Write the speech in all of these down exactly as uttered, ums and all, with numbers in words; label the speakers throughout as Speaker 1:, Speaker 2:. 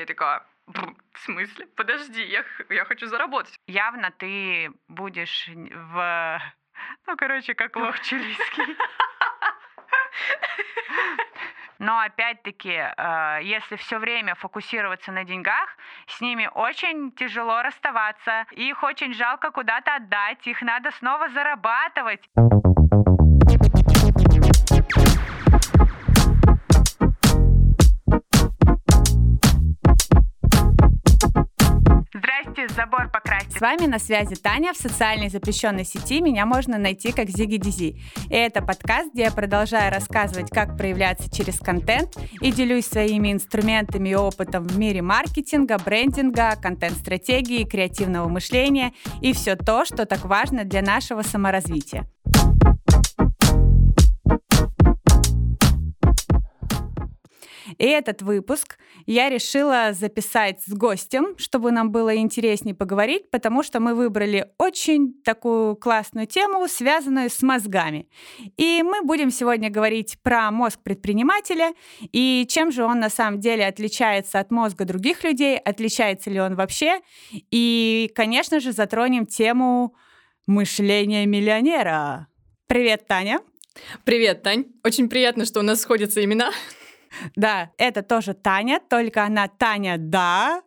Speaker 1: я такая, в смысле? Подожди, я, я хочу заработать. Явно ты будешь в... Ну, короче, как лох чилийский. Но опять-таки, если все время фокусироваться на деньгах, с ними очень тяжело расставаться. Их очень жалко куда-то отдать, их надо снова зарабатывать. Здрасте, забор покрасить.
Speaker 2: С вами на связи Таня. В социальной запрещенной сети меня можно найти как Зиги Дизи. И это подкаст, где я продолжаю рассказывать, как проявляться через контент, и делюсь своими инструментами и опытом в мире маркетинга, брендинга, контент-стратегии, креативного мышления и все то, что так важно для нашего саморазвития. И этот выпуск я решила записать с гостем, чтобы нам было интереснее поговорить, потому что мы выбрали очень такую классную тему, связанную с мозгами. И мы будем сегодня говорить про мозг предпринимателя и чем же он на самом деле отличается от мозга других людей, отличается ли он вообще. И, конечно же, затронем тему мышления миллионера. Привет, Таня.
Speaker 3: Привет, Тань. Очень приятно, что у нас сходятся имена.
Speaker 2: Да, это тоже Таня, только она Таня Да.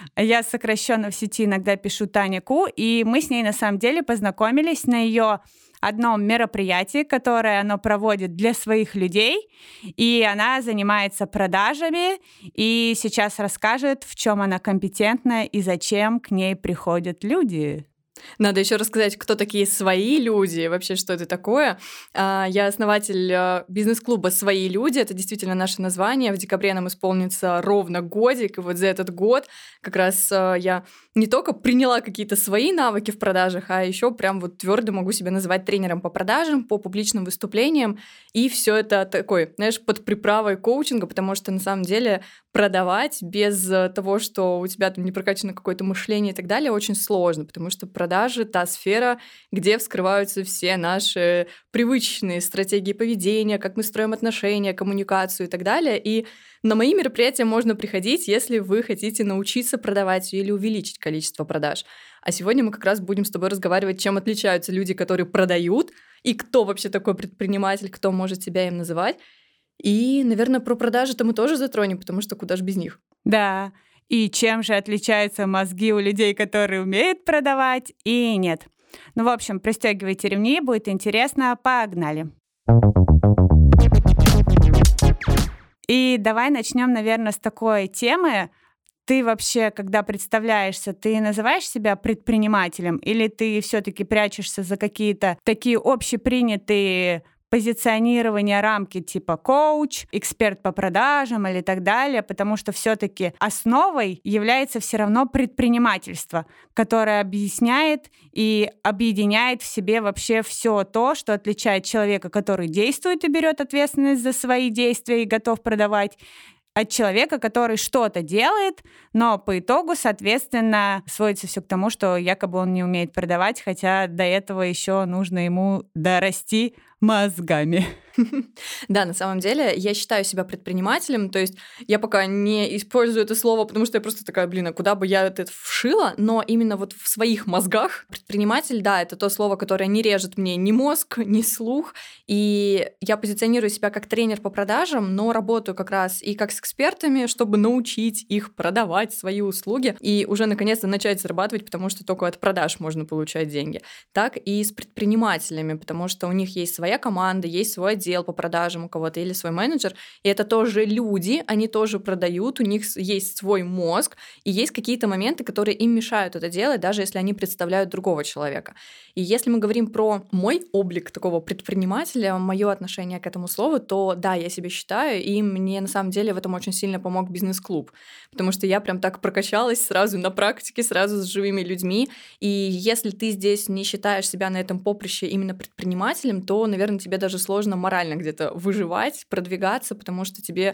Speaker 2: Я сокращенно в сети иногда пишу Таня Ку, и мы с ней на самом деле познакомились на ее одном мероприятии, которое она проводит для своих людей, и она занимается продажами, и сейчас расскажет, в чем она компетентна и зачем к ней приходят люди.
Speaker 3: Надо еще рассказать, кто такие свои люди, вообще, что это такое. Я основатель бизнес-клуба «Свои люди». Это действительно наше название. В декабре нам исполнится ровно годик. И вот за этот год как раз я не только приняла какие-то свои навыки в продажах, а еще прям вот твердо могу себя называть тренером по продажам, по публичным выступлениям. И все это такой, знаешь, под приправой коучинга, потому что на самом деле продавать без того, что у тебя там не прокачано какое-то мышление и так далее, очень сложно, потому что продажи — та сфера, где вскрываются все наши привычные стратегии поведения, как мы строим отношения, коммуникацию и так далее. И на мои мероприятия можно приходить, если вы хотите научиться продавать или увеличить количество продаж. А сегодня мы как раз будем с тобой разговаривать, чем отличаются люди, которые продают, и кто вообще такой предприниматель, кто может себя им называть. И, наверное, про продажи-то мы тоже затронем, потому что куда же без них.
Speaker 2: Да, и чем же отличаются мозги у людей, которые умеют продавать, и нет. Ну, в общем, пристегивайте ремни, будет интересно, погнали. И давай начнем, наверное, с такой темы. Ты вообще, когда представляешься, ты называешь себя предпринимателем или ты все-таки прячешься за какие-то такие общепринятые позиционирования, рамки типа коуч, эксперт по продажам или так далее, потому что все-таки основой является все равно предпринимательство, которое объясняет и объединяет в себе вообще все то, что отличает человека, который действует и берет ответственность за свои действия и готов продавать, от человека, который что-то делает, но по итогу, соответственно, сводится все к тому, что якобы он не умеет продавать, хотя до этого еще нужно ему дорасти мозгами.
Speaker 3: Да, на самом деле я считаю себя предпринимателем, то есть я пока не использую это слово, потому что я просто такая, блин, а куда бы я это вшила, но именно вот в своих мозгах предприниматель, да, это то слово, которое не режет мне ни мозг, ни слух, и я позиционирую себя как тренер по продажам, но работаю как раз и как с экспертами, чтобы научить их продавать свои услуги и уже наконец-то начать зарабатывать, потому что только от продаж можно получать деньги, так и с предпринимателями, потому что у них есть своя команда, есть свой отдел по продажам у кого-то или свой менеджер, и это тоже люди, они тоже продают, у них есть свой мозг, и есть какие-то моменты, которые им мешают это делать, даже если они представляют другого человека. И если мы говорим про мой облик такого предпринимателя, мое отношение к этому слову, то да, я себя считаю, и мне на самом деле в этом очень сильно помог бизнес-клуб, потому что я прям так прокачалась сразу на практике, сразу с живыми людьми, и если ты здесь не считаешь себя на этом поприще именно предпринимателем, то, наверное, тебе даже сложно морально где-то выживать, продвигаться, потому что тебе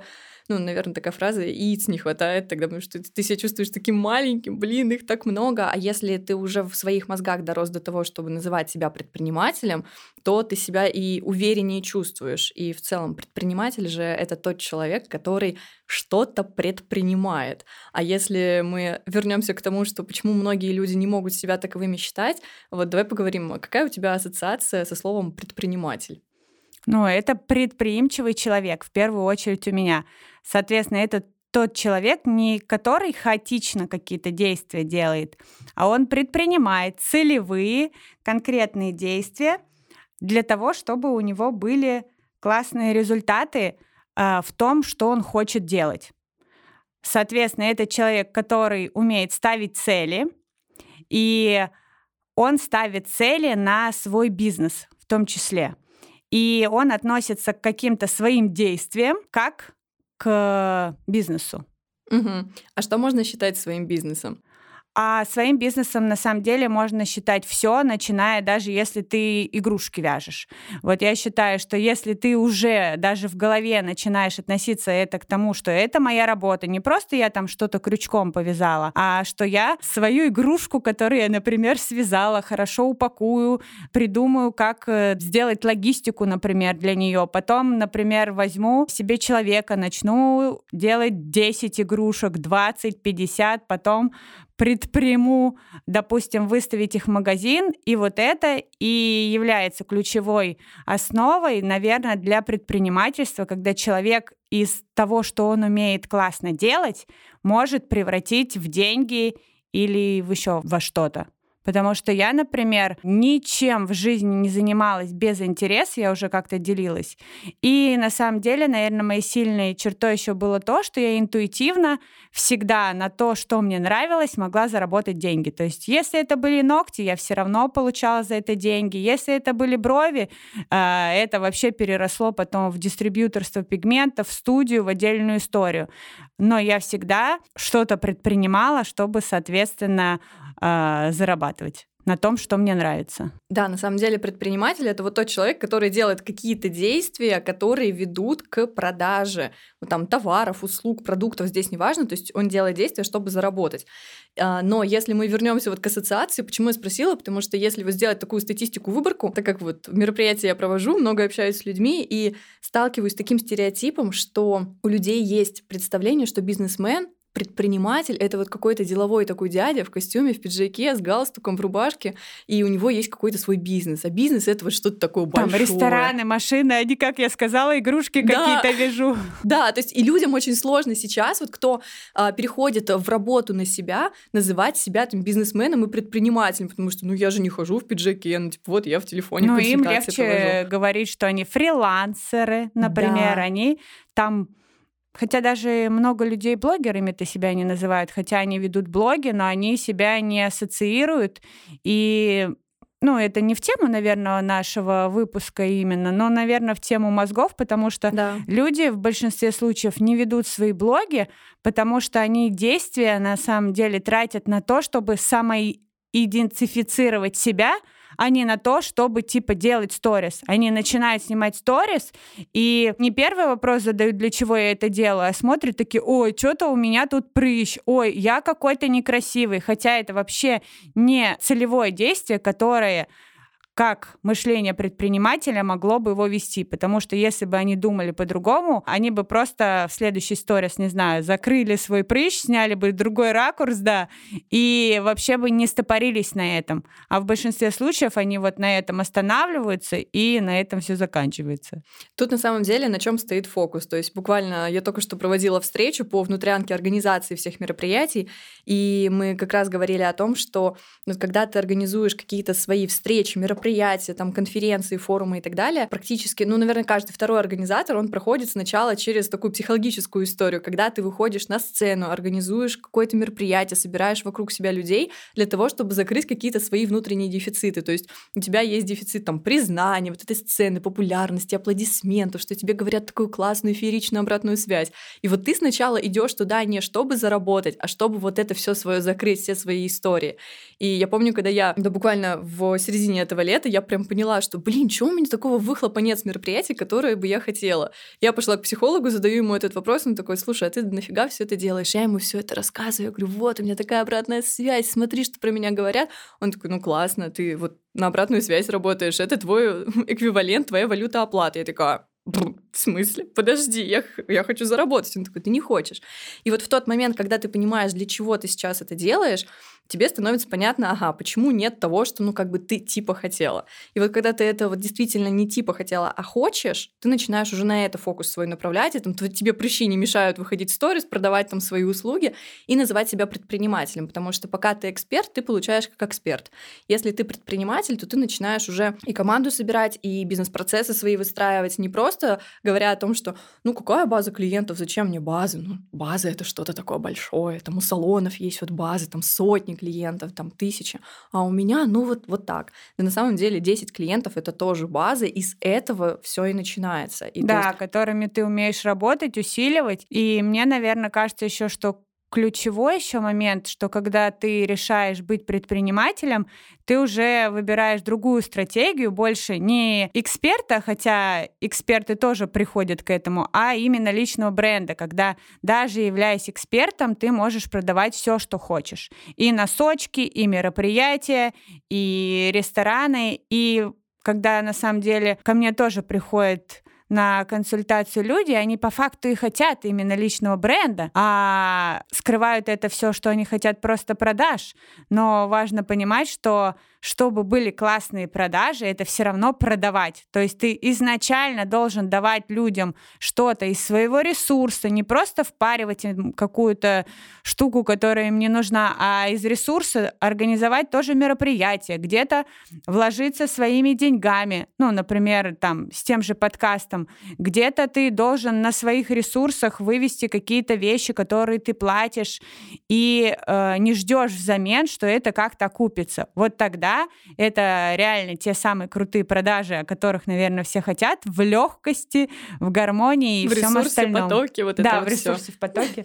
Speaker 3: ну, наверное, такая фраза, яиц не хватает тогда, потому что ты себя чувствуешь таким маленьким, блин, их так много. А если ты уже в своих мозгах дорос до того, чтобы называть себя предпринимателем, то ты себя и увереннее чувствуешь. И в целом предприниматель же — это тот человек, который что-то предпринимает. А если мы вернемся к тому, что почему многие люди не могут себя таковыми считать, вот давай поговорим, какая у тебя ассоциация со словом предприниматель?
Speaker 2: Ну, это предприимчивый человек, в первую очередь у меня. Соответственно, это тот человек, не который хаотично какие-то действия делает, а он предпринимает целевые, конкретные действия для того, чтобы у него были классные результаты э, в том, что он хочет делать. Соответственно, это человек, который умеет ставить цели, и он ставит цели на свой бизнес в том числе. И он относится к каким-то своим действиям как к бизнесу.
Speaker 3: Угу. А что можно считать своим бизнесом?
Speaker 2: А своим бизнесом на самом деле можно считать все, начиная даже если ты игрушки вяжешь. Вот я считаю, что если ты уже даже в голове начинаешь относиться это к тому, что это моя работа, не просто я там что-то крючком повязала, а что я свою игрушку, которую я, например, связала, хорошо упакую, придумаю, как сделать логистику, например, для нее. Потом, например, возьму себе человека, начну делать десять игрушек, двадцать, пятьдесят, потом предприму, допустим, выставить их в магазин, и вот это и является ключевой основой, наверное, для предпринимательства, когда человек из того, что он умеет классно делать, может превратить в деньги или в еще во что-то. Потому что я, например, ничем в жизни не занималась без интереса, я уже как-то делилась. И на самом деле, наверное, моей сильной чертой еще было то, что я интуитивно всегда на то, что мне нравилось, могла заработать деньги. То есть если это были ногти, я все равно получала за это деньги. Если это были брови, это вообще переросло потом в дистрибьюторство пигментов, в студию, в отдельную историю. Но я всегда что-то предпринимала, чтобы, соответственно, зарабатывать на том, что мне нравится.
Speaker 3: Да, на самом деле предприниматель — это вот тот человек, который делает какие-то действия, которые ведут к продаже ну, там, товаров, услуг, продуктов, здесь не важно, то есть он делает действия, чтобы заработать. Но если мы вернемся вот к ассоциации, почему я спросила, потому что если вот сделать такую статистику, выборку, так как вот мероприятия я провожу, много общаюсь с людьми и сталкиваюсь с таким стереотипом, что у людей есть представление, что бизнесмен — предприниматель — это вот какой-то деловой такой дядя в костюме, в пиджаке, с галстуком, в рубашке, и у него есть какой-то свой бизнес. А бизнес — это вот что-то такое большое.
Speaker 2: Там рестораны, машины, они, как я сказала, игрушки да. какие-то вяжу.
Speaker 3: Да, то есть и людям очень сложно сейчас, вот кто а, переходит в работу на себя, называть себя там бизнесменом и предпринимателем, потому что, ну, я же не хожу в пиджаке, ну, типа, вот я в телефоне
Speaker 2: ну,
Speaker 3: консультации
Speaker 2: им легче
Speaker 3: провожу.
Speaker 2: говорить, что они фрилансеры, например, да. они там... Хотя даже много людей блогерами-то себя не называют, хотя они ведут блоги, но они себя не ассоциируют. И, ну, это не в тему, наверное, нашего выпуска именно, но, наверное, в тему мозгов, потому что да. люди в большинстве случаев не ведут свои блоги, потому что они действия на самом деле тратят на то, чтобы самоидентифицировать себя, а не на то, чтобы, типа, делать сторис. Они начинают снимать сторис, и не первый вопрос задают, для чего я это делаю, а смотрят такие: ой, что-то у меня тут прыщ, ой, я какой-то некрасивый. Хотя это вообще не целевое действие, которое... как мышление предпринимателя могло бы его вести. Потому что если бы они думали по-другому, они бы просто в следующей сторис, не знаю, закрыли свой прыщ, сняли бы другой ракурс, да, и вообще бы не стопорились на этом. А в большинстве случаев они вот на этом останавливаются, и на этом все заканчивается.
Speaker 3: Тут на самом деле на чем стоит фокус. То есть буквально я только что проводила встречу по внутрянке организации всех мероприятий, и мы как раз говорили о том, что вот когда ты организуешь какие-то свои встречи, мероприятия, мероприятия, там, конференции, форумы и так далее, практически, ну, наверное, каждый второй организатор, он проходит сначала через такую психологическую историю, когда ты выходишь на сцену, организуешь какое-то мероприятие, собираешь вокруг себя людей для того, чтобы закрыть какие-то свои внутренние дефициты. То есть у тебя есть дефицит там признания, вот этой сцены, популярности, аплодисментов, что тебе говорят такую классную фееричную обратную связь. И вот ты сначала идешь туда не чтобы заработать, а чтобы вот это все свое закрыть, все свои истории. И я помню, когда я, да, буквально в середине этого лета лета я прям поняла, что, блин, чего у меня такого выхлопа нет с мероприятий, которое бы я хотела? Я пошла к психологу, задаю ему этот вопрос, он такой: слушай, а ты нафига все это делаешь? Я ему все это рассказываю, я говорю: вот, у меня такая обратная связь, смотри, что про меня говорят. Он такой: ну классно, ты вот на обратную связь работаешь, это твой эквивалент, твоя валюта оплаты. Я такая: в смысле? Подожди, я, я хочу заработать. Он такой: ты не хочешь. И вот в тот момент, когда ты понимаешь, для чего ты сейчас это делаешь, тебе становится понятно, ага, почему нет того, что, ну, как бы ты типа хотела. И вот когда ты это вот действительно не типа хотела, а хочешь, ты начинаешь уже на это фокус свой направлять, и там тебе прыщи не мешают выходить в сторис, продавать там свои услуги и называть себя предпринимателем, потому что пока ты эксперт, ты получаешь как эксперт. Если ты предприниматель, то ты начинаешь уже и команду собирать, и бизнес-процессы свои выстраивать, не просто говоря о том, что, ну, какая база клиентов, зачем мне базы? Ну, база — это что-то такое большое, там у салонов есть вот базы, там сотни клиентов, там тысячи, а у меня, ну, вот, вот так. Да на самом деле десять клиентов — это тоже база, и с этого все и начинается. И
Speaker 2: да,
Speaker 3: есть...
Speaker 2: которыми ты умеешь работать, усиливать. И мне, наверное, кажется еще, что ключевой еще момент, что когда ты решаешь быть предпринимателем, ты уже выбираешь другую стратегию, больше не эксперта, хотя эксперты тоже приходят к этому, а именно личного бренда, когда даже являясь экспертом, ты можешь продавать все, что хочешь. И носочки, и мероприятия, и рестораны, и когда на самом деле ко мне тоже приходят на консультацию люди, они по факту и хотят именно личного бренда, а скрывают это все, что они хотят просто продаж. Но важно понимать, что чтобы были классные продажи, это все равно продавать. То есть ты изначально должен давать людям что-то из своего ресурса, не просто впаривать им какую-то штуку, которая им не нужна, а из ресурса организовать тоже мероприятие, где-то вложиться своими деньгами, ну, например, там, с тем же подкастом. Где-то ты должен на своих ресурсах вывести какие-то вещи, которые ты платишь, и э, не ждешь взамен, что это как-то окупится. Вот тогда это реально те самые крутые продажи, о которых, наверное, все хотят, в легкости, в гармонии и
Speaker 3: в
Speaker 2: всем остальном.
Speaker 3: В ресурсе, потоке, вот это
Speaker 2: да,
Speaker 3: вот
Speaker 2: в ресурсе,
Speaker 3: всё.
Speaker 2: в потоке.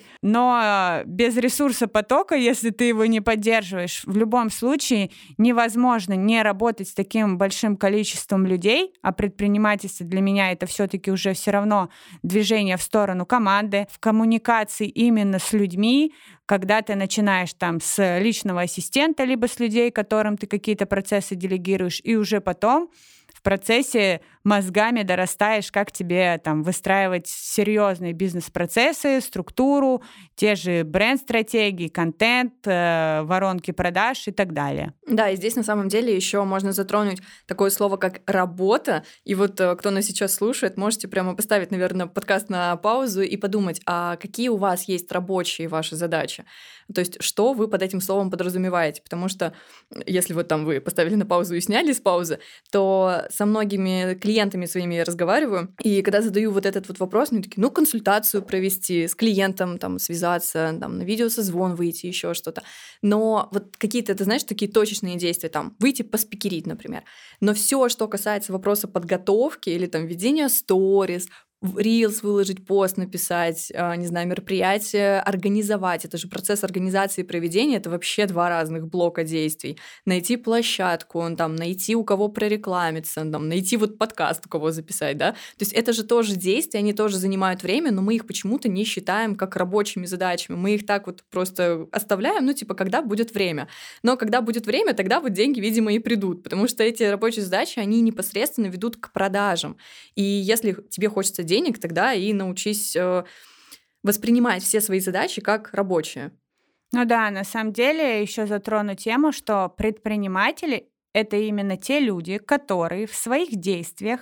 Speaker 2: Но без ресурса потока, если ты его не поддерживаешь, в любом случае невозможно не работать с таким большим количеством людей, а предпринимательство для меня это все-таки уже все равно движение в сторону команды, в коммуникации именно с людьми, когда ты начинаешь там с личного ассистента, либо с людей, которым ты какие-то процессы делегируешь, и уже потом в процессе мозгами дорастаешь, как тебе там выстраивать серьезные бизнес-процессы, структуру, те же бренд-стратегии, контент, э, воронки продаж и так далее.
Speaker 3: Да, и здесь на самом деле еще можно затронуть такое слово, как работа. И вот э, кто нас сейчас слушает, можете прямо поставить, наверное, подкаст на паузу и подумать, а какие у вас есть рабочие ваши задачи? То есть что вы под этим словом подразумеваете? Потому что если вот там вы поставили на паузу и сняли с паузы, то со многими клиентами своими я разговариваю, и когда задаю вот этот вот вопрос, они такие: ну, консультацию провести, с клиентом там связаться, там на видеосозвон выйти, еще что-то. Но вот какие-то, ты знаешь, такие точечные действия, там, выйти поспикерить, например. Но все, что касается вопроса подготовки или там ведения сторис, рилс выложить, пост написать, не знаю, мероприятие организовать. Это же процесс организации и проведения, это вообще два разных блока действий. Найти площадку, там, найти у кого прорекламиться, там, найти вот подкаст у кого записать, да. То есть это же тоже действия, они тоже занимают время, но мы их почему-то не считаем как рабочими задачами. Мы их так вот просто оставляем, ну, типа, когда будет время. Но когда будет время, тогда вот деньги, видимо, и придут, потому что эти рабочие задачи, они непосредственно ведут к продажам. И если тебе хочется денег, денег, тогда и научись э, воспринимать все свои задачи как рабочие.
Speaker 2: Ну да, на самом деле еще затрону тему, что предприниматели — это именно те люди, которые в своих действиях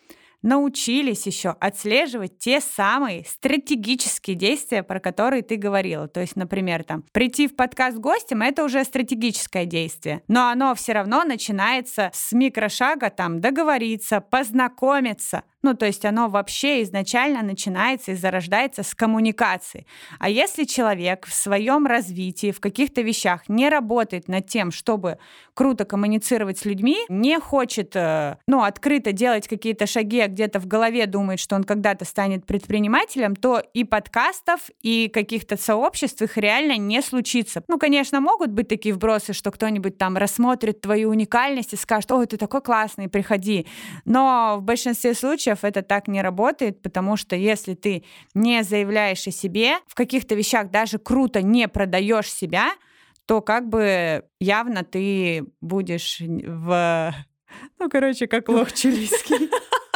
Speaker 2: научились еще отслеживать те самые стратегические действия, про которые ты говорила. То есть, например, там, прийти в подкаст гостем — это уже стратегическое действие, но оно все равно начинается с микрошага, там, договориться, познакомиться. Ну, то есть оно вообще изначально начинается и зарождается с коммуникации. А если человек в своем развитии, в каких-то вещах не работает над тем, чтобы круто коммуницировать с людьми, не хочет, ну, открыто делать какие-то шаги где-то в голове думает, что он когда-то станет предпринимателем, то и подкастов, и каких-то сообществ их реально не случится. Ну, конечно, могут быть такие вбросы, что кто-нибудь там рассмотрит твою уникальность и скажет: ой, ты такой классный, приходи. Но в большинстве случаев это так не работает, потому что если ты не заявляешь о себе, в каких-то вещах даже круто не продаешь себя, то как бы явно ты будешь в... Ну, короче, как лох чилийский.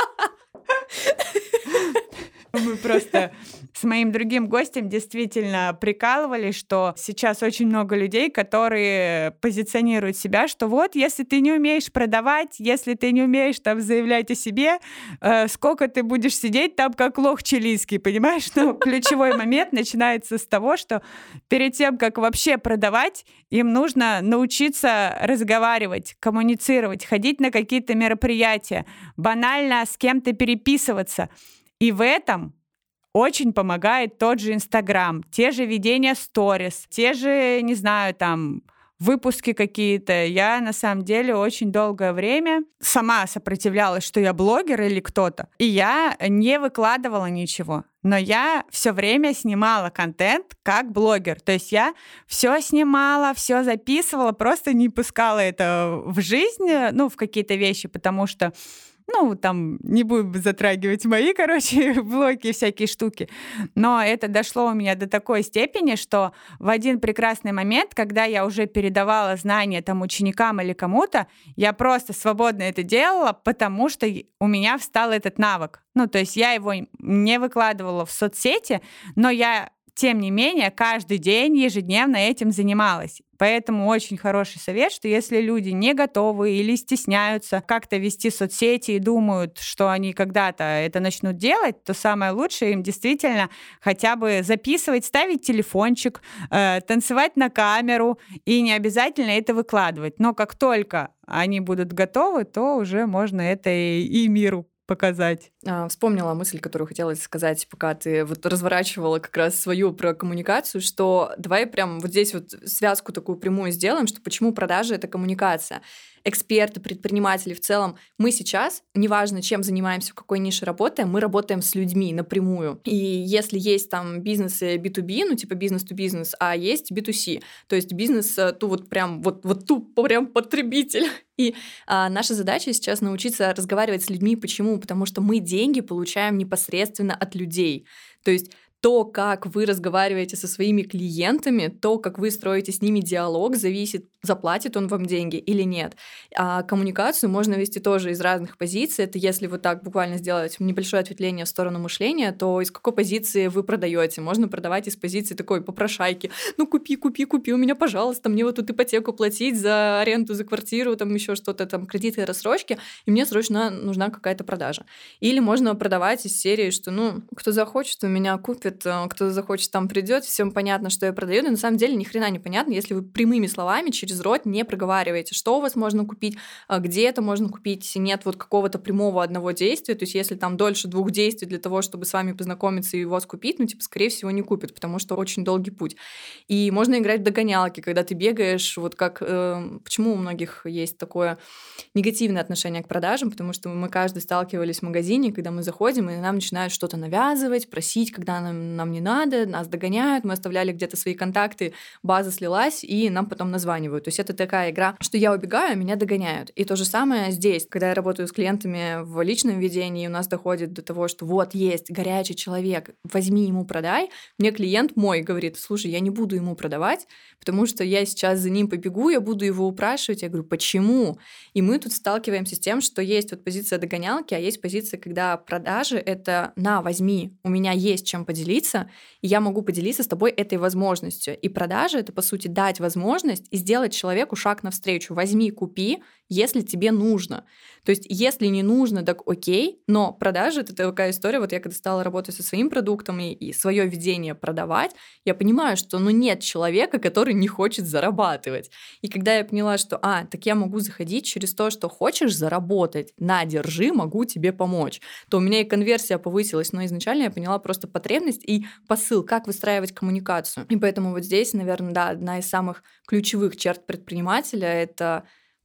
Speaker 2: Мы просто с моим другим гостем действительно прикалывались, что сейчас очень много людей, которые позиционируют себя, что вот, если ты не умеешь продавать, если ты не умеешь там заявлять о себе, э, сколько ты будешь сидеть там, как лох чилийский, понимаешь? Но ключевой момент начинается с того, что перед тем, как вообще продавать, им нужно научиться разговаривать, коммуницировать, ходить на какие-то мероприятия, банально с кем-то переписываться. И в этом очень помогает тот же Инстаграм, те же ведения сторис, те же, не знаю, там, выпуски какие-то. Я, на самом деле, очень долгое время сама сопротивлялась, что я блогер или кто-то, и я не выкладывала ничего. Но я все время снимала контент как блогер. То есть я все снимала, все записывала, просто не пускала это в жизнь, ну, в какие-то вещи, потому что ну, там, не будем затрагивать мои, короче, блоки и всякие штуки. Но это дошло у меня до такой степени, что в один прекрасный момент, когда я уже передавала знания там ученикам или кому-то, я просто свободно это делала, потому что у меня встал этот навык. Ну, то есть я его не выкладывала в соцсети, но я... Тем не менее, каждый день, ежедневно этим занималась. Поэтому очень хороший совет, что если люди не готовы или стесняются как-то вести соцсети и думают, что они когда-то это начнут делать, то самое лучшее им действительно хотя бы записывать, ставить телефончик, э, танцевать на камеру, и не обязательно это выкладывать. Но как только они будут готовы, то уже можно это и, и миру показать.
Speaker 3: А, вспомнила мысль, которую хотела сказать, пока ты вот разворачивала как раз свою про коммуникацию, что давай прям вот здесь вот связку такую прямую сделаем, что почему продажи — это коммуникация. Эксперты, предприниматели в целом, мы сейчас, неважно, чем занимаемся, в какой нише работаем, мы работаем с людьми напрямую. И если есть там бизнесы би ту би, ну типа бизнес-то-бизнес, а есть би ту си, то есть бизнес, ту вот прям, вот, вот ту прям потребитель. И а, наша задача сейчас научиться разговаривать с людьми. Почему? Потому что мы деньги получаем непосредственно от людей. То есть то, как вы разговариваете со своими клиентами, то, как вы строите с ними диалог, зависит, заплатит он вам деньги или нет. А коммуникацию можно вести тоже из разных позиций. Это если вот так буквально сделать небольшое ответвление в сторону мышления, то из какой позиции вы продаете? Можно продавать из позиции такой попрошайки. Ну, купи, купи, купи у меня, пожалуйста, мне вот тут ипотеку платить за аренду, за квартиру, там еще что-то, там кредиты и рассрочки, и мне срочно нужна какая-то продажа. Или можно продавать из серии, что, ну, кто захочет, у меня купит, кто захочет, там придет, всем понятно, что я продаю, но на самом деле ни хрена не понятно, если вы прямыми словами через рот не проговариваете, что у вас можно купить, где это можно купить, нет вот какого-то прямого одного действия, то есть если там дольше двух действий для того, чтобы с вами познакомиться и вас купить, ну, типа, скорее всего, не купят, потому что очень долгий путь. И можно играть в догонялки, когда ты бегаешь, вот как... Э, почему у многих есть такое негативное отношение к продажам, потому что мы каждый сталкивались в магазине, когда мы заходим, и нам начинают что-то навязывать, просить, когда нам, нам не надо, нас догоняют, мы оставляли где-то свои контакты, база слилась, и нам потом названивают. То есть это такая игра, что я убегаю, меня догоняют. И то же самое здесь, когда я работаю с клиентами в личном ведении, у нас доходит до того, что вот есть горячий человек, возьми ему, продай. Мне клиент мой говорит: слушай, я не буду ему продавать, потому что я сейчас за ним побегу, я буду его упрашивать. Я говорю: почему? И мы тут сталкиваемся с тем, что есть вот позиция догонялки, а есть позиция, когда продажи — это на, возьми, у меня есть чем поделиться, и я могу поделиться с тобой этой возможностью. И продажи — это, по сути, дать возможность и сделать человеку шаг навстречу. Возьми, купи, если тебе нужно. То есть, если не нужно, так окей, но продажи — это такая история. Вот я когда стала работать со своим продуктом и, и свое ведение продавать, я понимаю, что ну, нет человека, который не хочет зарабатывать. И когда я поняла, что, а, так я могу заходить через то, что хочешь заработать, на, держи, могу тебе помочь, то у меня и конверсия повысилась, но изначально я поняла просто потребность и посыл, как выстраивать коммуникацию. И поэтому вот здесь, наверное, да, одна из самых ключевых черт предпринимателя — это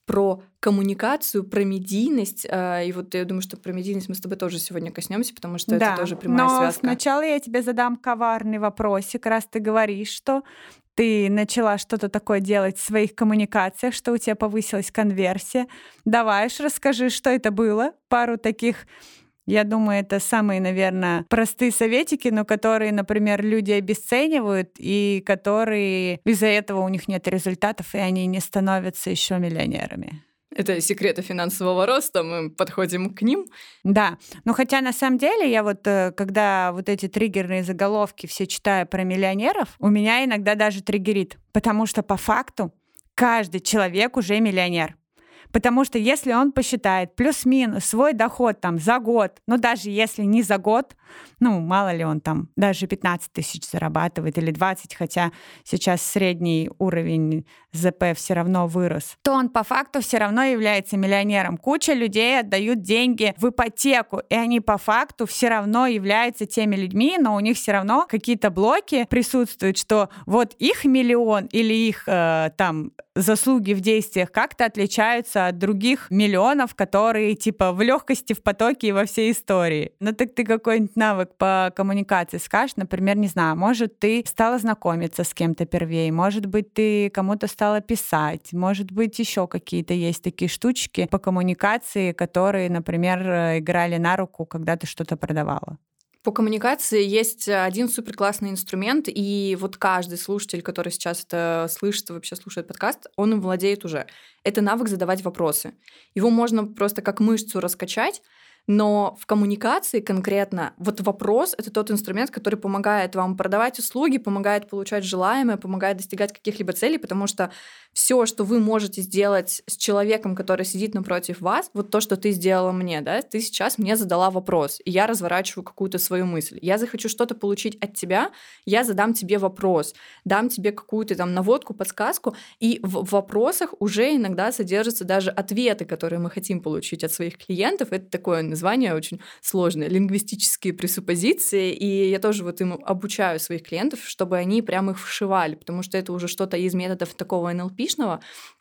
Speaker 3: про коммуникацию, про медийность. И вот я думаю, что про медийность мы с тобой тоже сегодня коснемся, потому что
Speaker 2: Да,
Speaker 3: это тоже прямая
Speaker 2: но
Speaker 3: связка.
Speaker 2: Сначала я тебе задам коварный вопросик, раз ты говоришь, что ты начала что-то такое делать в своих коммуникациях, что у тебя повысилась конверсия. Давай уж расскажи, что это было. Пару таких, я думаю, это самые, наверное, простые советики, но которые, например, люди обесценивают, и которые из-за этого у них нет результатов, и они не становятся еще миллионерами.
Speaker 3: Это секреты финансового роста, мы подходим к ним.
Speaker 2: Да, но хотя на самом деле я вот, когда вот эти триггерные заголовки все читаю про миллионеров, у меня иногда даже триггерит, потому что по факту каждый человек уже миллионер. Потому что если он посчитает плюс-минус свой доход там за год, ну даже если не за год, ну мало ли он там даже пятнадцать тысяч зарабатывает или двадцать, хотя сейчас средний уровень ЗП все равно вырос, то он по факту все равно является миллионером. Куча людей отдают деньги в ипотеку, и они по факту все равно являются теми людьми, но у них все равно какие-то блоки присутствуют, что вот их миллион или их э, там заслуги в действиях как-то отличаются от других миллионов, которые типа в легкости, в потоке и во всей истории. Ну так ты какой-нибудь навык по коммуникации скажешь, например, не знаю, может, ты стала знакомиться с кем-то первее, может быть, ты кому-то стала писать, может быть, еще какие-то есть такие штучки по коммуникации, которые, например, играли на руку, когда ты что-то продавала.
Speaker 3: По коммуникации есть один супер классный инструмент, и вот каждый слушатель, который сейчас это слышит, вообще слушает подкаст, он им владеет уже. Это навык задавать вопросы. Его можно просто как мышцу раскачать, но в коммуникации конкретно вот вопрос — это тот инструмент, который помогает вам продавать услуги, помогает получать желаемое, помогает достигать каких-либо целей, потому что все, что вы можете сделать с человеком, который сидит напротив вас, вот то, что ты сделала мне, да, ты сейчас мне задала вопрос, и я разворачиваю какую-то свою мысль. Я захочу что-то получить от тебя, я задам тебе вопрос, дам тебе какую-то там наводку, подсказку, и в вопросах уже иногда содержатся даже ответы, которые мы хотим получить от своих клиентов. Это такое название очень сложное, лингвистические пресуппозиции, и я тоже вот им обучаю своих клиентов, чтобы они прям их вшивали, потому что это уже что-то из методов такого эн эл пи-шного,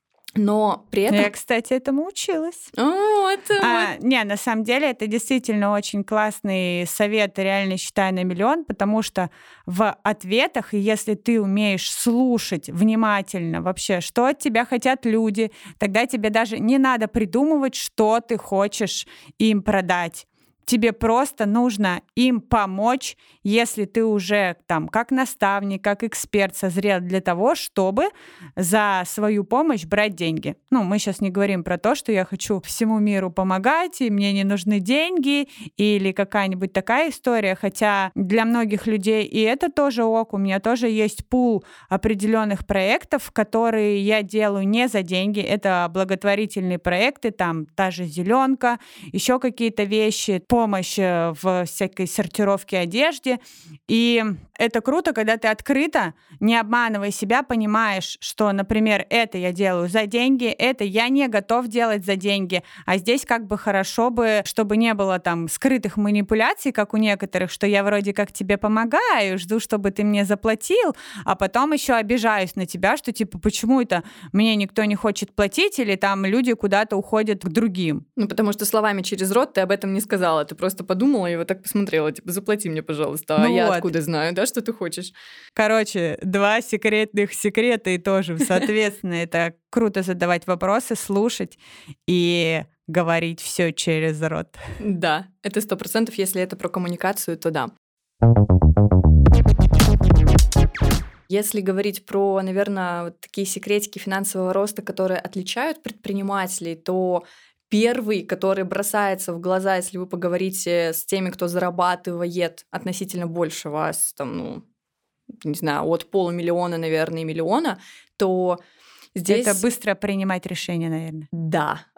Speaker 3: но при этом...
Speaker 2: Я, кстати, этому училась.
Speaker 3: О, это...
Speaker 2: А, не, на самом деле это действительно очень классный совет, реально считай на миллион, потому что в ответах, если ты умеешь слушать внимательно вообще, что от тебя хотят люди, тогда тебе даже не надо придумывать, что ты хочешь им продать. Тебе просто нужно им помочь, если ты уже там как наставник, как эксперт созрел для того, чтобы за свою помощь брать деньги. Ну, мы сейчас не говорим про то, что я хочу всему миру помогать, и мне не нужны деньги, или какая-нибудь такая история, хотя для многих людей и это тоже ок, у меня тоже есть пул определенных проектов, которые я делаю не за деньги, это благотворительные проекты, там та же зеленка, еще какие-то вещи, помощь в всякой сортировке одежды. И это круто, когда ты открыто, не обманывая себя, понимаешь, что, например, это я делаю за деньги, это я не готов делать за деньги, а здесь как бы хорошо бы, чтобы не было там скрытых манипуляций, как у некоторых, что я вроде как тебе помогаю, жду, чтобы ты мне заплатил, а потом еще обижаюсь на тебя, что типа почему это мне никто не хочет платить, или там люди куда-то уходят к другим.
Speaker 3: Ну, потому что словами через рот ты об этом не сказала, ты просто подумала и вот так посмотрела, типа, заплати мне, пожалуйста, а ну я вот. Откуда знаю, да, что ты хочешь?
Speaker 2: Короче, два секретных секрета и тоже, соответственно, это круто задавать вопросы, слушать и говорить все через рот.
Speaker 3: Да, это сто процентов, если это про коммуникацию, то да. Если говорить про, наверное, вот такие секретики финансового роста, которые отличают предпринимателей, то первый, который бросается в глаза, если вы поговорите с теми, кто зарабатывает относительно больше вас, там, ну, не знаю, от полумиллиона, наверное, и миллиона, то здесь...
Speaker 2: Это быстро принимать решения, наверное.
Speaker 3: Да.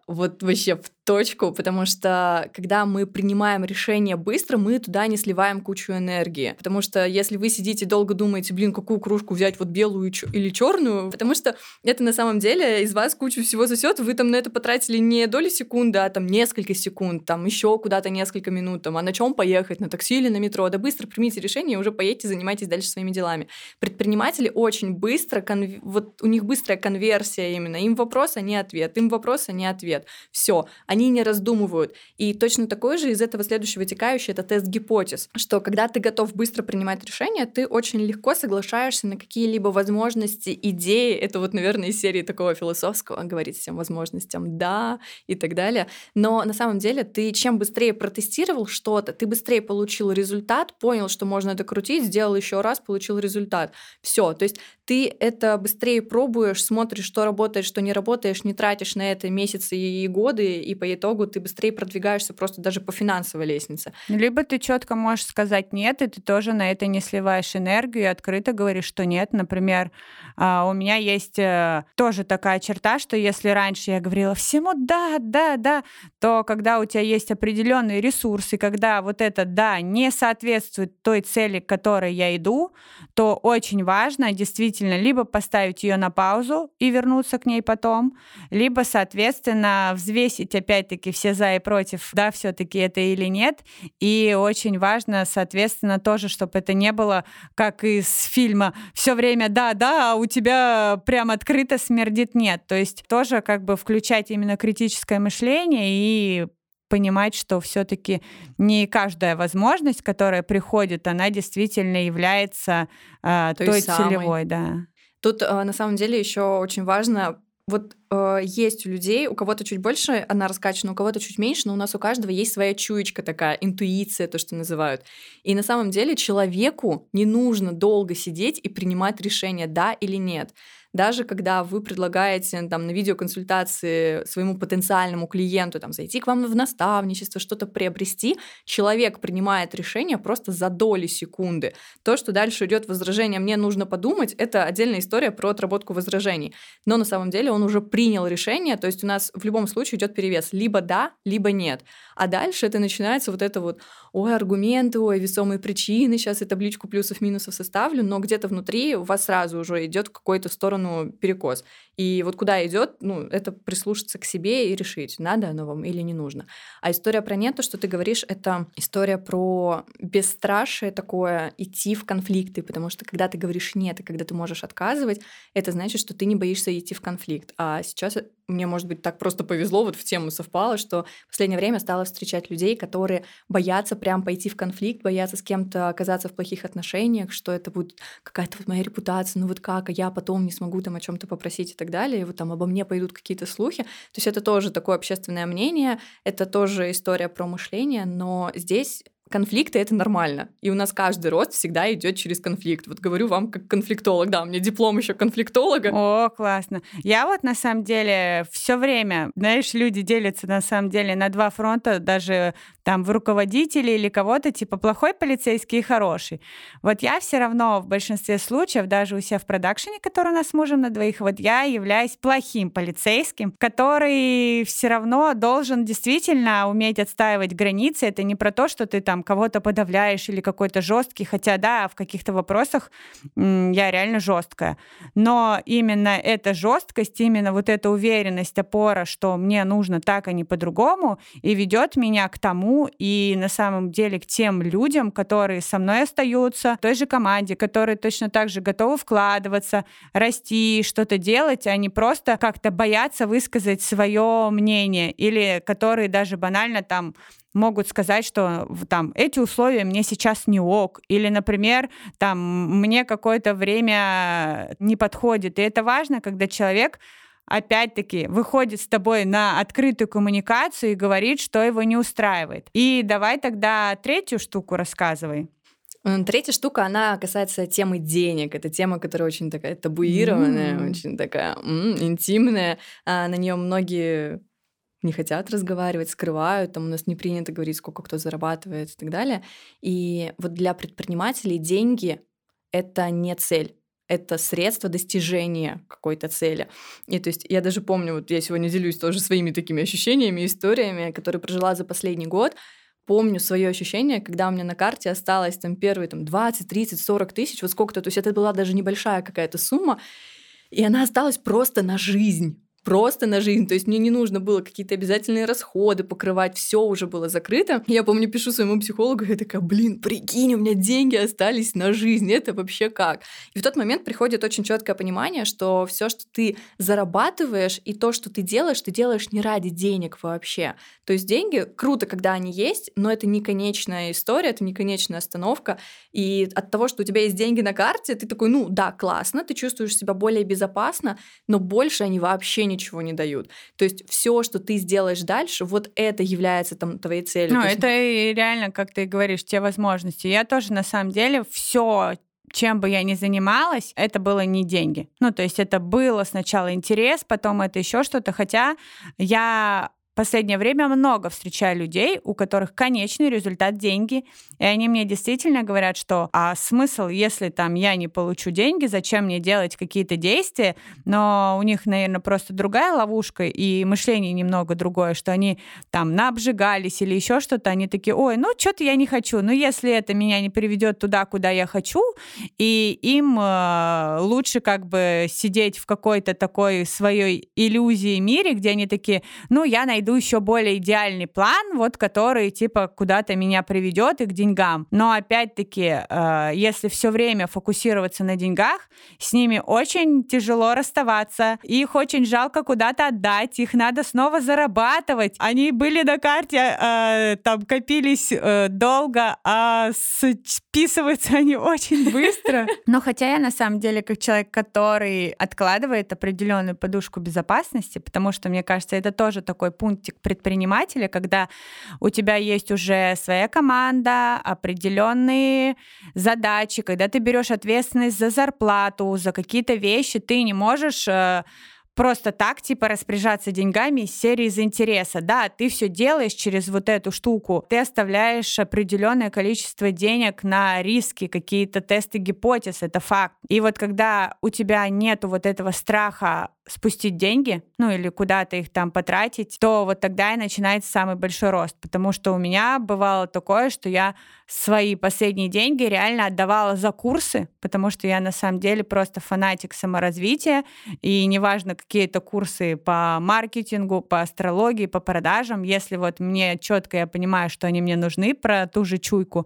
Speaker 3: вот вообще в точку, потому что когда мы принимаем решение быстро, мы туда не сливаем кучу энергии. Потому что если вы сидите долго думаете, блин, какую кружку взять, вот белую или черную, потому что это на самом деле из вас кучу всего засет, вы там на это потратили не доли секунды, а там несколько секунд, там еще куда-то несколько минут, там, а на чем поехать, на такси или на метро, да быстро примите решение и уже поедете, занимайтесь дальше своими делами. Предприниматели очень быстро, конв... вот у них быстрая конверсия именно, им вопрос, а не ответ, им вопрос, а не ответ. Все, они не раздумывают. И точно такой же из этого следующий вытекающий — это тест гипотез, что когда ты готов быстро принимать решения, ты очень легко соглашаешься на какие-либо возможности, идеи. Это вот, наверное, из серии такого философского, говорить всем возможностям «да» и так далее. Но на самом деле ты чем быстрее протестировал что-то, ты быстрее получил результат, понял, что можно докрутить, сделал еще раз, получил результат. Все, то есть ты это быстрее пробуешь, смотришь, что работает, что не работаешь, не тратишь на это месяцы и годы, и по итогу ты быстрее продвигаешься просто даже по финансовой лестнице.
Speaker 2: Либо ты четко можешь сказать нет, и ты тоже на это не сливаешь энергию, и открыто говоришь, что нет. Например, у меня есть тоже такая черта, что если раньше я говорила всему да, да, да, то когда у тебя есть определенные ресурсы, когда вот это да не соответствует той цели, к которой я иду, то очень важно действительно либо поставить ее на паузу и вернуться к ней потом, либо, соответственно, взвесить опять-таки все за и против, да, все-таки это или нет. И очень важно, соответственно, тоже, чтобы это не было как из фильма все время да-да, а у тебя прям открыто смердит нет. То есть тоже как бы включать именно критическое мышление и понимать, что все-таки не каждая возможность, которая приходит, она действительно является э, той, той целевой, да.
Speaker 3: Тут э, на самом деле еще очень важно. Вот э, есть у людей, у кого-то чуть больше она раскачана, у кого-то чуть меньше, но у нас у каждого есть своя чуечка такая, интуиция, то, что называют. И на самом деле человеку не нужно долго сидеть и принимать решение, да или нет. Даже когда вы предлагаете там, на видеоконсультации своему потенциальному клиенту там, зайти к вам в наставничество, что-то приобрести, человек принимает решение просто за доли секунды. То, что дальше идет возражение, мне нужно подумать, это отдельная история про отработку возражений. Но на самом деле он уже принял решение, то есть у нас в любом случае идет перевес либо да, либо нет. А дальше это начинается вот это вот, ой, аргументы, ой, весомые причины, сейчас я табличку плюсов-минусов составлю, но где-то внутри у вас сразу уже идет в какую-то сторону перекос. И вот куда идет, ну, это прислушаться к себе и решить, надо оно вам или не нужно. А история про нет, то, что ты говоришь, это история про бесстрашие такое, идти в конфликты, потому что когда ты говоришь нет, и когда ты можешь отказывать, это значит, что ты не боишься идти в конфликт. А сейчас мне, может быть, так просто повезло, вот в тему совпало, что в последнее время стала встречать людей, которые боятся прям пойти в конфликт, боятся с кем-то оказаться в плохих отношениях, что это будет какая-то вот моя репутация, ну вот как, а я потом не смогу там о чем-то попросить и так далее, и вот там обо мне пойдут какие-то слухи. То есть это тоже такое общественное мнение, это тоже история про мышление, но здесь конфликты — это нормально. И у нас каждый рост всегда идет через конфликт. Вот говорю вам как конфликтолог. Да, у меня диплом еще конфликтолога.
Speaker 2: О, классно. Я вот на самом деле все время, знаешь, люди делятся на самом деле на два фронта, даже там в руководителей или кого-то, типа плохой полицейский и хороший. Вот я все равно в большинстве случаев, даже у себя в продакшене, который у нас с мужем на двоих, вот я являюсь плохим полицейским, который все равно должен действительно уметь отстаивать границы. Это не про то, что ты там кого-то подавляешь или какой-то жесткий, хотя да, в каких-то вопросах м, я реально жесткая. Но именно эта жесткость, именно вот эта уверенность, опора, что мне нужно так, а не по-другому, и ведет меня к тому, и на самом деле к тем людям, которые со мной остаются, в той же команде, которые точно так же готовы вкладываться, расти, что-то делать, а не просто как-то бояться высказать свое мнение, или которые даже банально там могут сказать, что там эти условия мне сейчас не ок, или, например, там мне какое-то время не подходит. И это важно, когда человек опять-таки выходит с тобой на открытую коммуникацию и говорит, что его не устраивает. И давай тогда третью штуку рассказывай.
Speaker 3: Третья штука, она касается темы денег. Это тема, которая очень такая табуированная, mm. очень такая м-м, интимная. А на нее многие не хотят разговаривать, скрывают, там у нас не принято говорить, сколько кто зарабатывает и так далее. И вот для предпринимателей деньги — это не цель. это средство достижения какой-то цели. И то есть я даже помню, вот я сегодня делюсь тоже своими такими ощущениями, историями, которые прожила за последний год. Помню свое ощущение, когда у меня на карте осталось там первые там, двадцать, тридцать, сорок тысяч, вот сколько-то, то есть это была даже небольшая какая-то сумма, и она осталась просто на жизнь. Просто на жизнь. То есть мне не нужно было какие-то обязательные расходы покрывать, все уже было закрыто. Я помню, пишу своему психологу, я такая, блин, прикинь, у меня деньги остались на жизнь, это вообще как? И в тот момент приходит очень четкое понимание, что все, что ты зарабатываешь, и то, что ты делаешь, ты делаешь не ради денег вообще. То есть деньги круто, когда они есть, но это не конечная история, это не конечная остановка. И от того, что у тебя есть деньги на карте, ты такой, ну да, классно, ты чувствуешь себя более безопасно, но больше они вообще ничего не дают. То есть все, что ты сделаешь дальше, вот это является там твоей целью.
Speaker 2: Ну,
Speaker 3: есть...
Speaker 2: это и реально, как ты говоришь, те возможности. Я тоже, на самом деле, все, чем бы я ни занималась, это было не деньги. Ну, то есть это было сначала интерес, потом это еще что-то, хотя я в последнее время много встречаю людей, у которых конечный результат — деньги, и они мне действительно говорят, что а смысл, если там я не получу деньги, зачем мне делать какие-то действия, но у них, наверное, просто другая ловушка и мышление немного другое, что они там наобжигались или еще что-то, они такие, ой, ну что-то я не хочу, ну если это меня не приведет туда, куда я хочу, и им э, лучше как бы сидеть в какой-то такой своей иллюзии мире, где они такие, ну я найду еще более идеальный план, вот который типа куда-то меня приведет и к деньгам. Но опять-таки, э, если все время фокусироваться на деньгах, с ними очень тяжело расставаться, их очень жалко куда-то отдать, их надо снова зарабатывать. Они были на карте, э, там копились э, долго, а списываются они очень быстро. Но хотя я на самом деле как человек, который откладывает определенную подушку безопасности, потому что, мне кажется, это тоже такой пунктик предпринимателя, когда у тебя есть уже своя команда, определенные задачи, когда ты берешь ответственность за зарплату, за какие-то вещи, ты не можешь э, просто так, типа, распоряжаться деньгами из серии из интереса. Да, ты все делаешь через вот эту штуку, ты оставляешь определенное количество денег на риски, какие-то тесты гипотез, это факт. И вот когда у тебя нету вот этого страха спустить деньги, ну или куда-то их там потратить, то вот тогда и начинается самый большой рост. Потому что у меня бывало такое, что я свои последние деньги реально отдавала за курсы, потому что я на самом деле просто фанатик саморазвития, и неважно, какие это курсы по маркетингу, по астрологии, по продажам, если вот мне четко я понимаю, что они мне нужны, про ту же чуйку,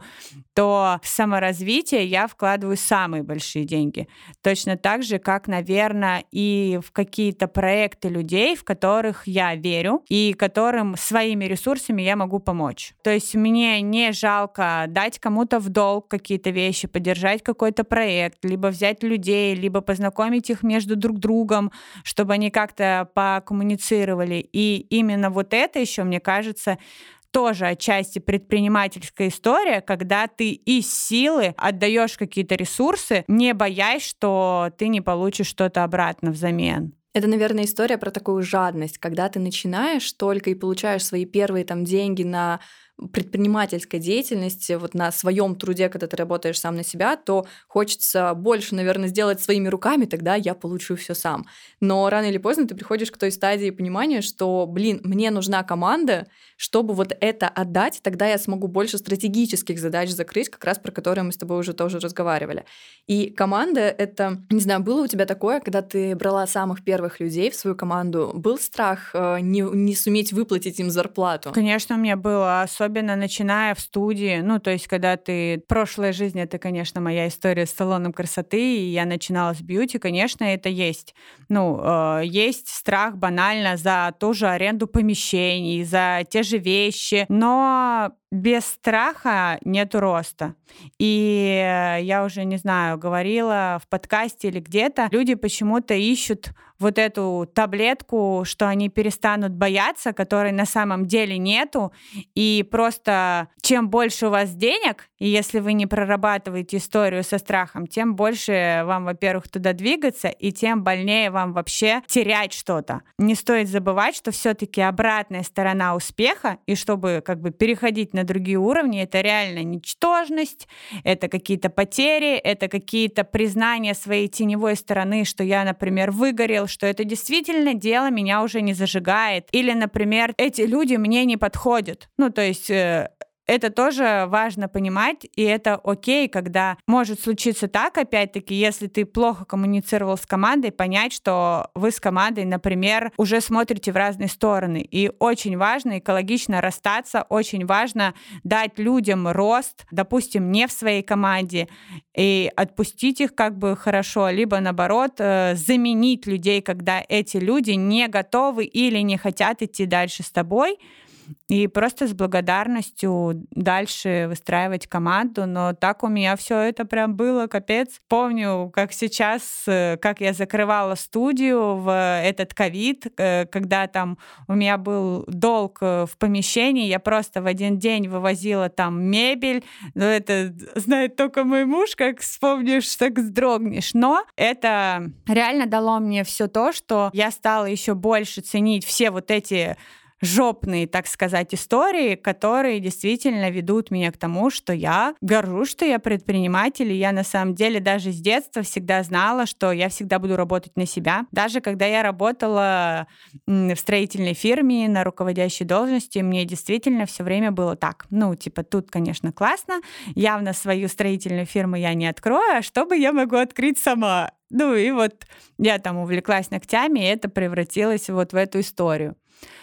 Speaker 2: то в саморазвитие я вкладываю самые большие деньги. Точно так же, как, наверное, и в какие-то проекты людей, в которых я верю и которым своими ресурсами я могу помочь. То есть мне не жалко дать кому-то в долг какие-то вещи, поддержать какой-то проект, либо взять людей, либо познакомить их между друг другом, чтобы они как-то покоммуницировали. И именно вот это еще, мне кажется, тоже отчасти предпринимательская история, когда ты из силы отдаешь какие-то ресурсы, не боясь, что ты не получишь что-то обратно взамен.
Speaker 3: Это, наверное, история про такую жадность, когда ты начинаешь только и получаешь свои первые там деньги на предпринимательской деятельности, вот на своем труде, когда ты работаешь сам на себя, то хочется больше, наверное, сделать своими руками, тогда я получу все сам. Но рано или поздно ты приходишь к той стадии понимания, что, блин, мне нужна команда, чтобы вот это отдать, тогда я смогу больше стратегических задач закрыть, как раз про которые мы с тобой уже тоже разговаривали. И команда — это, не знаю, было у тебя такое, когда ты брала самых первых людей в свою команду, был страх э, не, не суметь выплатить им зарплату?
Speaker 2: Конечно, у меня было, особенно начиная в студии, ну, то есть, когда ты... Прошлая жизнь — это, конечно, моя история с салоном красоты, и я начинала с бьюти, конечно, это есть. Ну, э, есть страх банально за ту же аренду помещений, за те же вещи, но без страха нету роста. И я уже, не знаю, говорила в подкасте или где-то, люди почему-то ищут вот эту таблетку, что они перестанут бояться, которой на самом деле нету. И просто чем больше у вас денег, и если вы не прорабатываете историю со страхом, тем больше вам, во-первых, туда двигаться, и тем больнее вам вообще терять что-то. Не стоит забывать, что все-таки обратная сторона успеха, и чтобы как бы переходить на другие уровни, это реально ничтожность, это какие-то потери, это какие-то признания своей теневой стороны, что я, например, выгорел, что это действительно дело меня уже не зажигает. Или, например, эти люди мне не подходят. Ну, то есть э, это тоже важно понимать, и это окей, когда может случиться так, опять-таки, если ты плохо коммуницировал с командой, понять, что вы с командой, например, уже смотрите в разные стороны. И очень важно экологично расстаться, очень важно дать людям рост, допустим, не в своей команде, и отпустить их как бы хорошо, либо, наоборот, заменить людей, когда эти люди не готовы или не хотят идти дальше с тобой, и просто с благодарностью дальше выстраивать команду. Но так у меня все это прям было, капец. Помню, как сейчас, как я закрывала студию в этот ковид, когда там у меня был долг в помещении, я просто в один день вывозила там мебель. Но это знает только мой муж, как вспомнишь, так вздрогнешь. Но это реально дало мне все то, что я стала еще больше ценить все вот эти жопные, так сказать, истории, которые действительно ведут меня к тому, что я горжусь, что я предприниматель, и я на самом деле даже с детства всегда знала, что я всегда буду работать на себя. Даже когда я работала в строительной фирме на руководящей должности, мне действительно все время было так. Ну, типа, тут, конечно, классно, явно свою строительную фирму я не открою, а что бы я могу открыть сама? Ну, и вот я там увлеклась ногтями, и это превратилось вот в эту историю.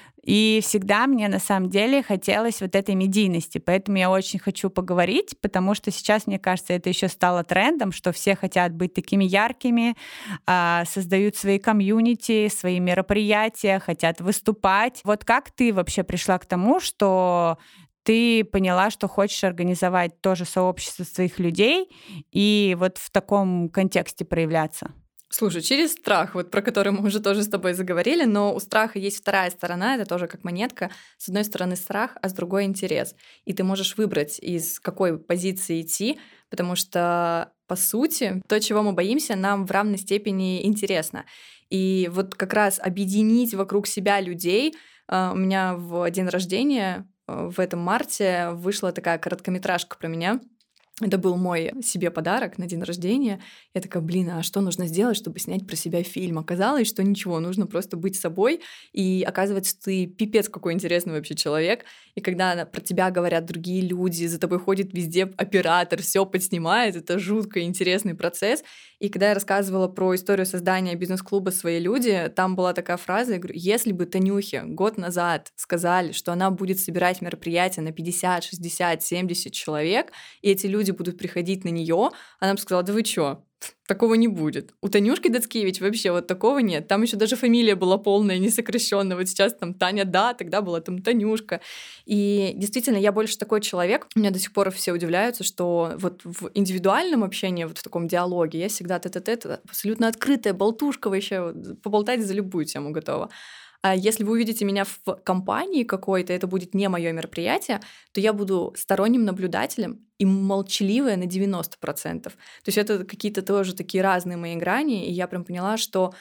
Speaker 2: И всегда мне на самом деле хотелось вот этой медийности, поэтому я очень хочу поговорить, потому что сейчас, мне кажется, это еще стало трендом, что все хотят быть такими яркими, создают свои комьюнити, свои мероприятия, хотят выступать. Вот как ты вообще пришла к тому, что ты поняла, что хочешь организовать тоже сообщество своих людей и вот в таком контексте проявляться?
Speaker 3: Слушай, через страх, вот про который мы уже тоже с тобой заговорили, но у страха есть вторая сторона, это тоже как монетка. С одной стороны страх, а с другой интерес. И ты можешь выбрать, из какой позиции идти, потому что, по сути, то, чего мы боимся, нам в равной степени интересно. И вот как раз объединить вокруг себя людей. У меня в день рождения в этом марте вышла такая короткометражка про меня. Это был мой себе подарок на день рождения. Я такая, блин, а что нужно сделать, чтобы снять про себя фильм? Оказалось, что ничего, нужно просто быть собой. И оказывается, ты пипец какой интересный вообще человек. И когда про тебя говорят другие люди, за тобой ходит везде оператор, все подснимает, это жутко интересный процесс. И когда я рассказывала про историю создания бизнес-клуба «Свои люди», там была такая фраза, я говорю, если бы Танюхе год назад сказали, что она будет собирать мероприятия на пятьдесят, шестьдесят, семьдесят человек, и эти люди будут приходить на нее, она бы сказала, да вы чё? Такого не будет. У Танюшки Дацкевич вообще вот такого нет. Там еще даже фамилия была полная, не сокращенная. Вот сейчас там Таня, да, тогда была там Танюшка. И действительно, я больше такой человек. Меня до сих пор все удивляются, что вот в индивидуальном общении, вот в таком диалоге, я всегда тет-а-тет, абсолютно открытая, болтушка вообще, поболтать за любую тему готова. А если вы увидите меня в компании какой-то, это будет не мое мероприятие, то я буду сторонним наблюдателем и молчаливая на девяносто процентов. То есть это какие-то тоже такие разные мои грани, и я прям поняла, что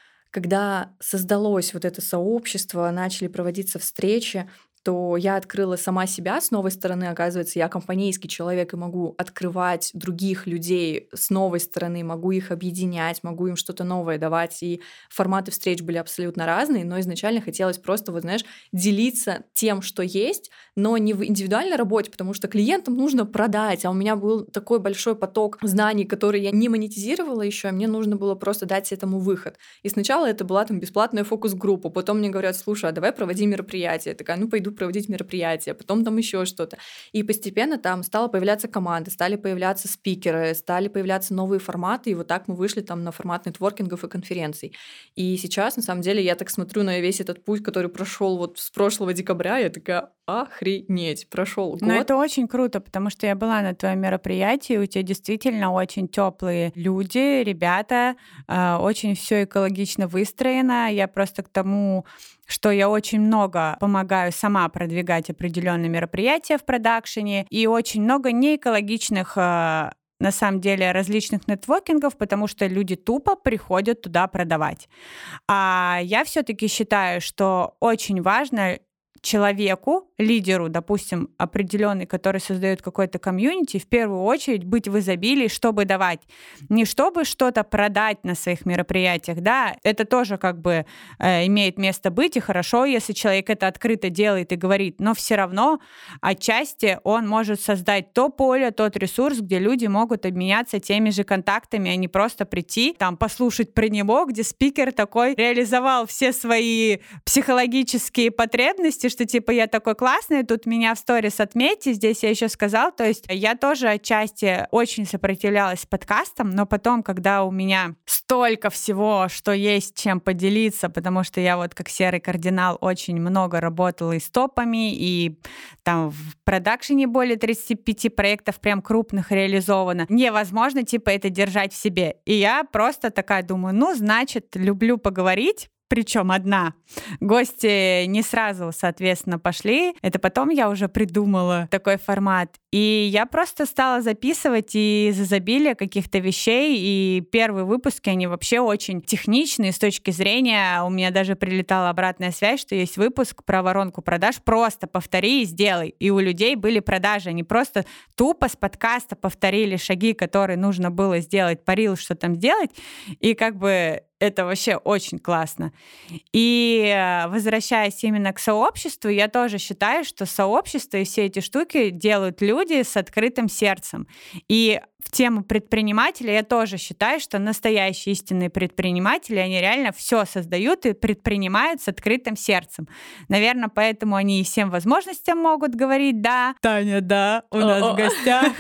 Speaker 3: когда создалось вот это сообщество, начали проводиться встречи, то я открыла сама себя с новой стороны. Оказывается, я компанейский человек и могу открывать других людей с новой стороны, могу их объединять, могу им что-то новое давать. И форматы встреч были абсолютно разные, но изначально хотелось просто, вот знаешь, делиться тем, что есть, но не в индивидуальной работе, потому что клиентам нужно продать, а у меня был такой большой поток знаний, которые я не монетизировала еще, а мне нужно было просто дать этому выход. И сначала это была там бесплатная фокус-группа, потом мне говорят, слушай, а давай проводи мероприятие. Я такая, ну пойду люблю проводить мероприятия, потом там еще что-то. И постепенно там стала появляться команда, стали появляться спикеры, стали появляться новые форматы, и вот так мы вышли там на формат нетворкингов и конференций. И сейчас, на самом деле, я так смотрю на весь этот путь, который прошел вот с прошлого декабря, я такая, охренеть, прошел год.
Speaker 2: Ну, это очень круто, потому что я была на твоем мероприятии, у тебя действительно очень теплые люди, ребята, э, очень все экологично выстроено. Я просто к тому, что я очень много помогаю сама продвигать определенные мероприятия в продакшене, и очень много неэкологичных э, на самом деле различных нетворкингов, потому что люди тупо приходят туда продавать. А я все-таки считаю, что очень важно человеку, лидеру, допустим, определенный, который создает какой-то комьюнити, в первую очередь быть в изобилии, чтобы давать. Не чтобы что-то продать на своих мероприятиях, да, это тоже как бы э, имеет место быть, и хорошо, если человек это открыто делает и говорит, но все равно отчасти он может создать то поле, тот ресурс, где люди могут обменяться теми же контактами, а не просто прийти, там, послушать про него, где спикер такой реализовал все свои психологические потребности, что типа я такой классный, тут меня в сторис отметьте, здесь я еще сказал, то есть я тоже отчасти очень сопротивлялась подкастам, но потом, когда у меня столько всего, что есть чем поделиться, потому что я вот как серый кардинал очень много работала и с топами, и там в продакшене более тридцать пять проектов прям крупных реализовано, невозможно типа это держать в себе. И я просто такая думаю, ну, значит, люблю поговорить, причем одна. Гости не сразу, соответственно, пошли. Это потом я уже придумала такой формат. И я просто стала записывать из изобилия каких-то вещей. И первые выпуски, они вообще очень техничные с точки зрения... У меня даже прилетала обратная связь, что есть выпуск про воронку продаж. Просто повтори и сделай. И у людей были продажи. Они просто тупо с подкаста повторили шаги, которые нужно было сделать, парил, что там сделать. И как бы... Это вообще очень классно. И возвращаясь именно к сообществу, я тоже считаю, что сообщество и все эти штуки делают люди с открытым сердцем. И в тему предпринимателя я тоже считаю, что настоящие истинные предприниматели, они реально все создают и предпринимают с открытым сердцем. Наверное, поэтому они и всем возможностям могут говорить «да». Таня, да, у нас в гостях.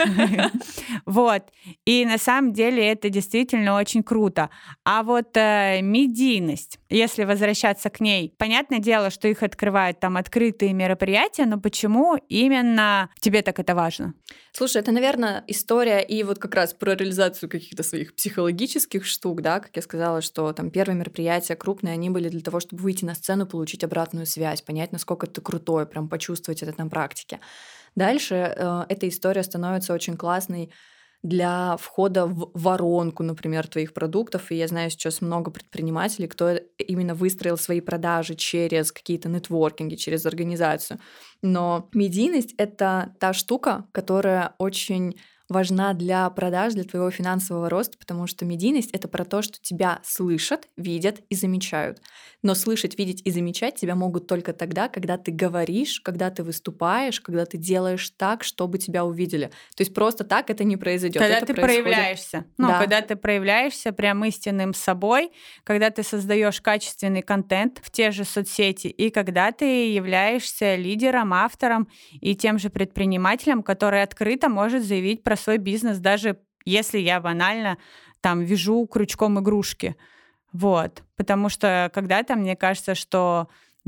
Speaker 2: Вот. И на самом деле это действительно очень круто. А вот медийность, если возвращаться к ней, понятное дело, что их открывают там открытые мероприятия, но почему именно тебе так это важно?
Speaker 3: Слушай, это, наверное, история и вот как раз про реализацию каких-то своих психологических штук, да, как я сказала, что там первые мероприятия крупные, они были для того, чтобы выйти на сцену, получить обратную связь, понять, насколько ты крутой, прям почувствовать это на практике. Дальше э, эта история становится очень классной для входа в воронку, например, твоих продуктов. И я знаю сейчас много предпринимателей, кто именно выстроил свои продажи через какие-то нетворкинги, через организацию. Но медийность — это та штука, которая очень важна для продаж, для твоего финансового роста, потому что медийность — это про то, что тебя слышат, видят и замечают. Но слышать, видеть и замечать тебя могут только тогда, когда ты говоришь, когда ты выступаешь, когда ты делаешь так, чтобы тебя увидели. То есть просто так это не произойдет.
Speaker 2: Когда
Speaker 3: это
Speaker 2: ты
Speaker 3: происходит...
Speaker 2: проявляешься. Ну,
Speaker 3: да.
Speaker 2: Когда ты проявляешься прям истинным собой, когда ты создаешь качественный контент в те же соцсети, и когда ты являешься лидером, автором и тем же предпринимателем, который открыто может заявить про свой бизнес, даже если я банально там вяжу крючком игрушки. Вот. Потому что когда-то мне кажется, что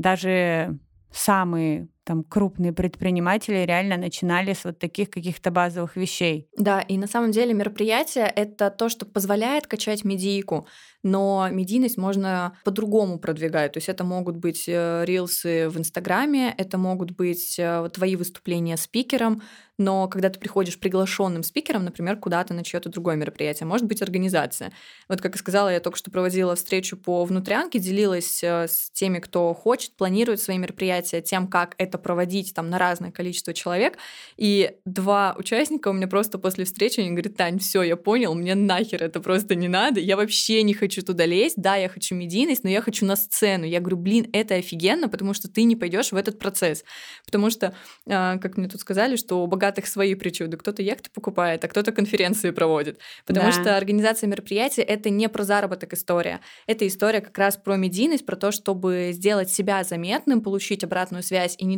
Speaker 2: даже самые там крупные предприниматели реально начинали с вот таких каких-то базовых вещей.
Speaker 3: Да, и на самом деле мероприятие — это то, что позволяет качать медийку, но медийность можно по-другому продвигать. То есть это могут быть рилсы в Инстаграме, это могут быть твои выступления спикером, но когда ты приходишь приглашенным спикером, например, куда-то на чьё-то другое мероприятие, может быть организация. Вот как я сказала, я только что проводила встречу по внутрянке, делилась с теми, кто хочет, планирует свои мероприятия, тем, как это проводить там на разное количество человек. И два участника у меня просто после встречи, они говорят: Тань, все, я понял, мне нахер это просто не надо, я вообще не хочу туда лезть, да, я хочу медийность, но я хочу на сцену. Я говорю: блин, это офигенно, потому что ты не пойдешь в этот процесс. Потому что, как мне тут сказали, что у богатых свои причуды. Кто-то яхты покупает, а кто-то конференции проводит. Потому да. что организация мероприятий — это не про заработок история. Это история как раз про медийность, про то, чтобы сделать себя заметным, получить обратную связь и не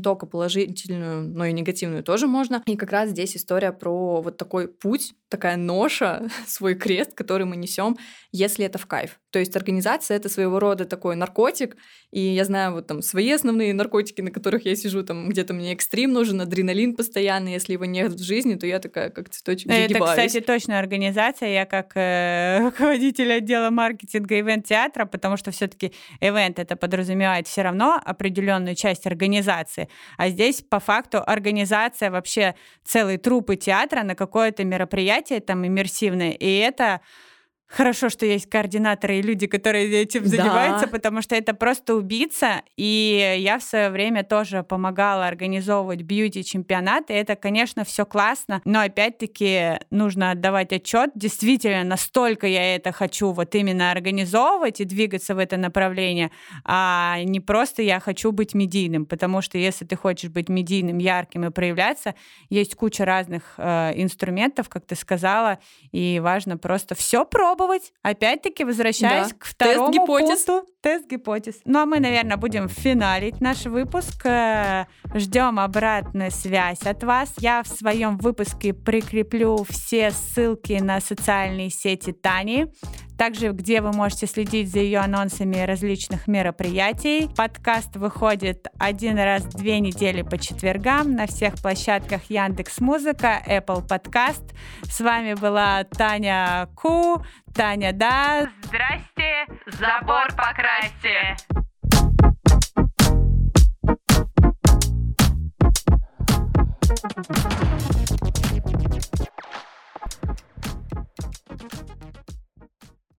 Speaker 3: только положительную, но и негативную тоже можно. И как раз здесь история про вот такой путь, такая ноша, свой крест, который мы несем, если это в кайф. То есть организация — это своего рода такой наркотик, и я знаю вот там свои основные наркотики, на которых я сижу, там где-то мне экстрим нужен, адреналин постоянно, если его нет в жизни, то я такая, как цветочек, загибаюсь.
Speaker 2: Это, кстати, точно организация. Я как э, руководитель отдела маркетинга ивент-театра, потому что все-таки ивент это подразумевает все равно определенную часть организации, а здесь по факту организация вообще целой труппы театра на какое-то мероприятие там иммерсивное, и это хорошо, что есть координаторы и люди, которые этим занимаются, да. Потому что это просто убийца. И я в свое время тоже помогала организовывать бьюти-чемпионаты. Это, конечно, все классно, но опять-таки нужно отдавать отчет. Действительно, настолько я это хочу вот именно организовывать и двигаться в это направление, а не просто я хочу быть медийным, потому что если ты хочешь быть медийным, ярким и проявляться, есть куча разных э, инструментов, как ты сказала, и важно просто все пробовать. Опять-таки, возвращаясь да. к второму
Speaker 3: Тест-гипотез.
Speaker 2: пункту. Тест-гипотез. Ну, а мы, наверное, будем финалить наш выпуск. Ждем обратную связь от вас. Я в своем выпуске прикреплю все ссылки на социальные сети Тани, также где вы можете следить за ее анонсами различных мероприятий. Подкаст выходит один раз в две недели по четвергам на всех площадках Яндекс.Музыка, Apple Podcast. С вами была Таня Ку. Таня, да.
Speaker 1: Здрасте, забор покрасьте.